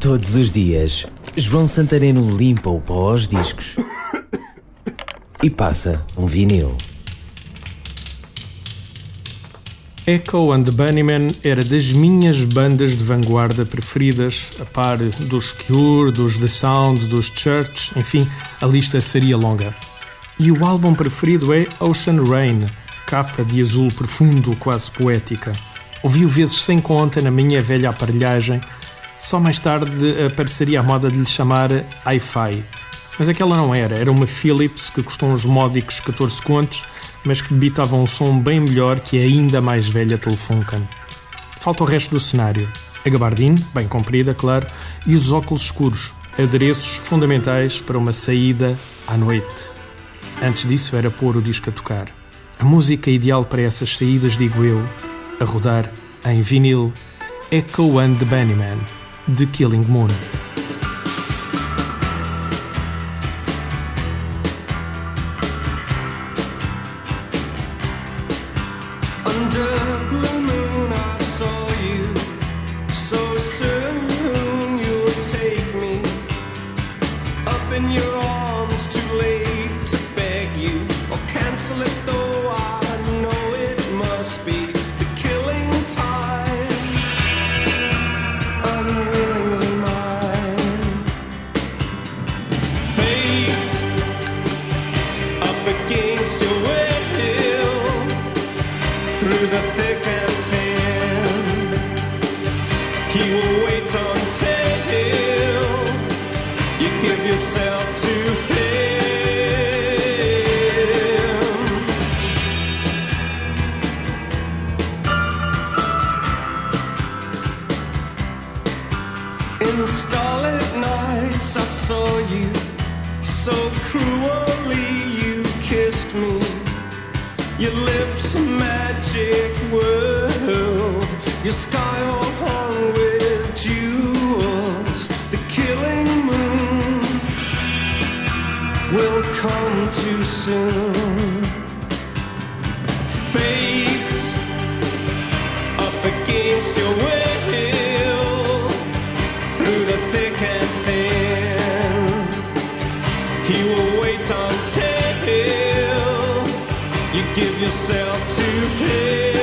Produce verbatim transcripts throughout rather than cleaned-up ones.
Todos os dias, João Santareno limpa o pó aos discos e passa um vinil. Echo and the Bunnymen era das minhas bandas de vanguarda preferidas, a par dos Cure, dos The Sound, dos Church, enfim, a lista seria longa. E o álbum preferido é Ocean Rain, capa de azul profundo, quase poética. Ouvi-o vezes sem conta na minha velha aparelhagem, só mais tarde apareceria a moda de lhe chamar Hi-Fi. Mas aquela não era, era uma Philips que custou uns módicos catorze contos, mas que debitava um som bem melhor que a ainda mais velha Telefunken. Falta o resto do cenário. A gabardine, bem comprida, claro, e os óculos escuros, adereços fundamentais para uma saída à noite. Antes disso era pôr o disco a tocar. A música ideal para essas saídas, digo eu, a rodar em vinil, Echo and the Bunnymen, de Killing Moon. Under blue moon I saw you, so soon you'll take me up in your arms, too late to beg you or cancel it, though I know it must be the killing time, unwillingly mine. Fate up against your will, through the thick and thin, he will wait until you give yourself to him. In starlit nights I saw you, so cruelly you kissed me. Your lips a magic world, your sky all hung with jewels. The killing moon will come too soon. Fate up against your will, through the thick and thin, he will wait until you give yourself to him.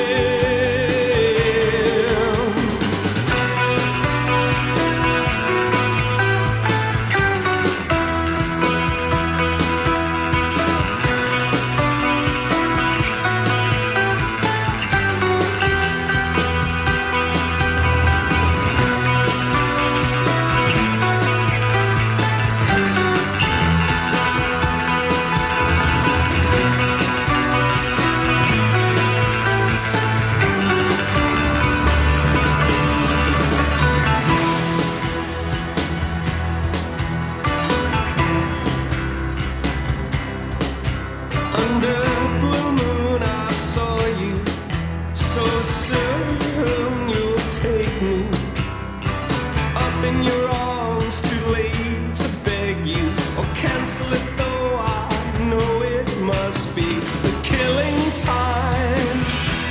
So soon you'll take me up in your arms, too late to beg you or cancel it, though I know it must be the killing time,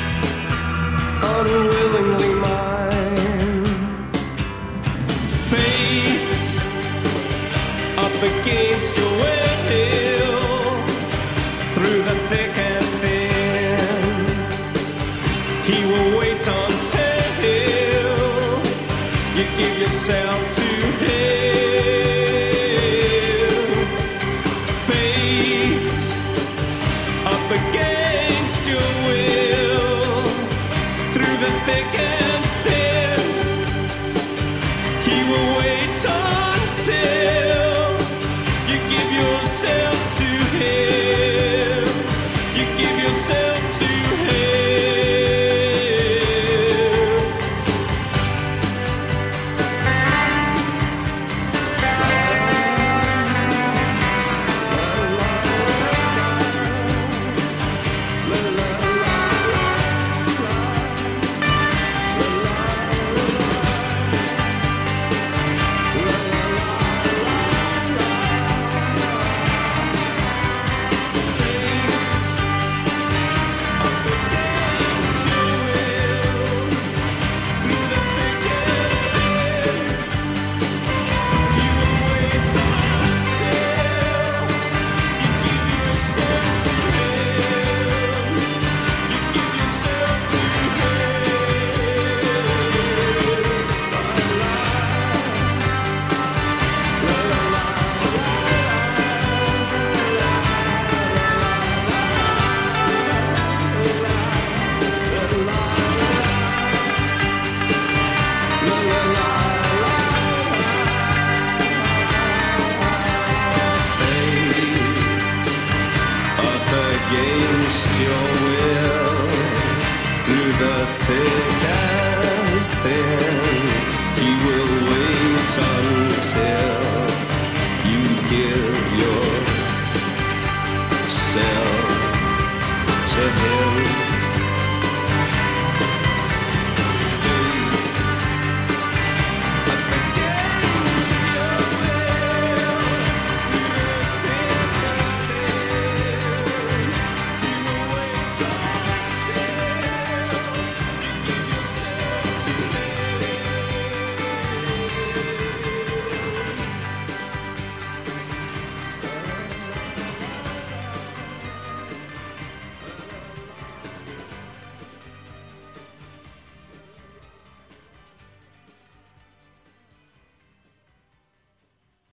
unwillingly mine. Fate up against your will, through the thick and he will wait until you give yourself to him. Fate up against your will, through the thick and thin, he will wait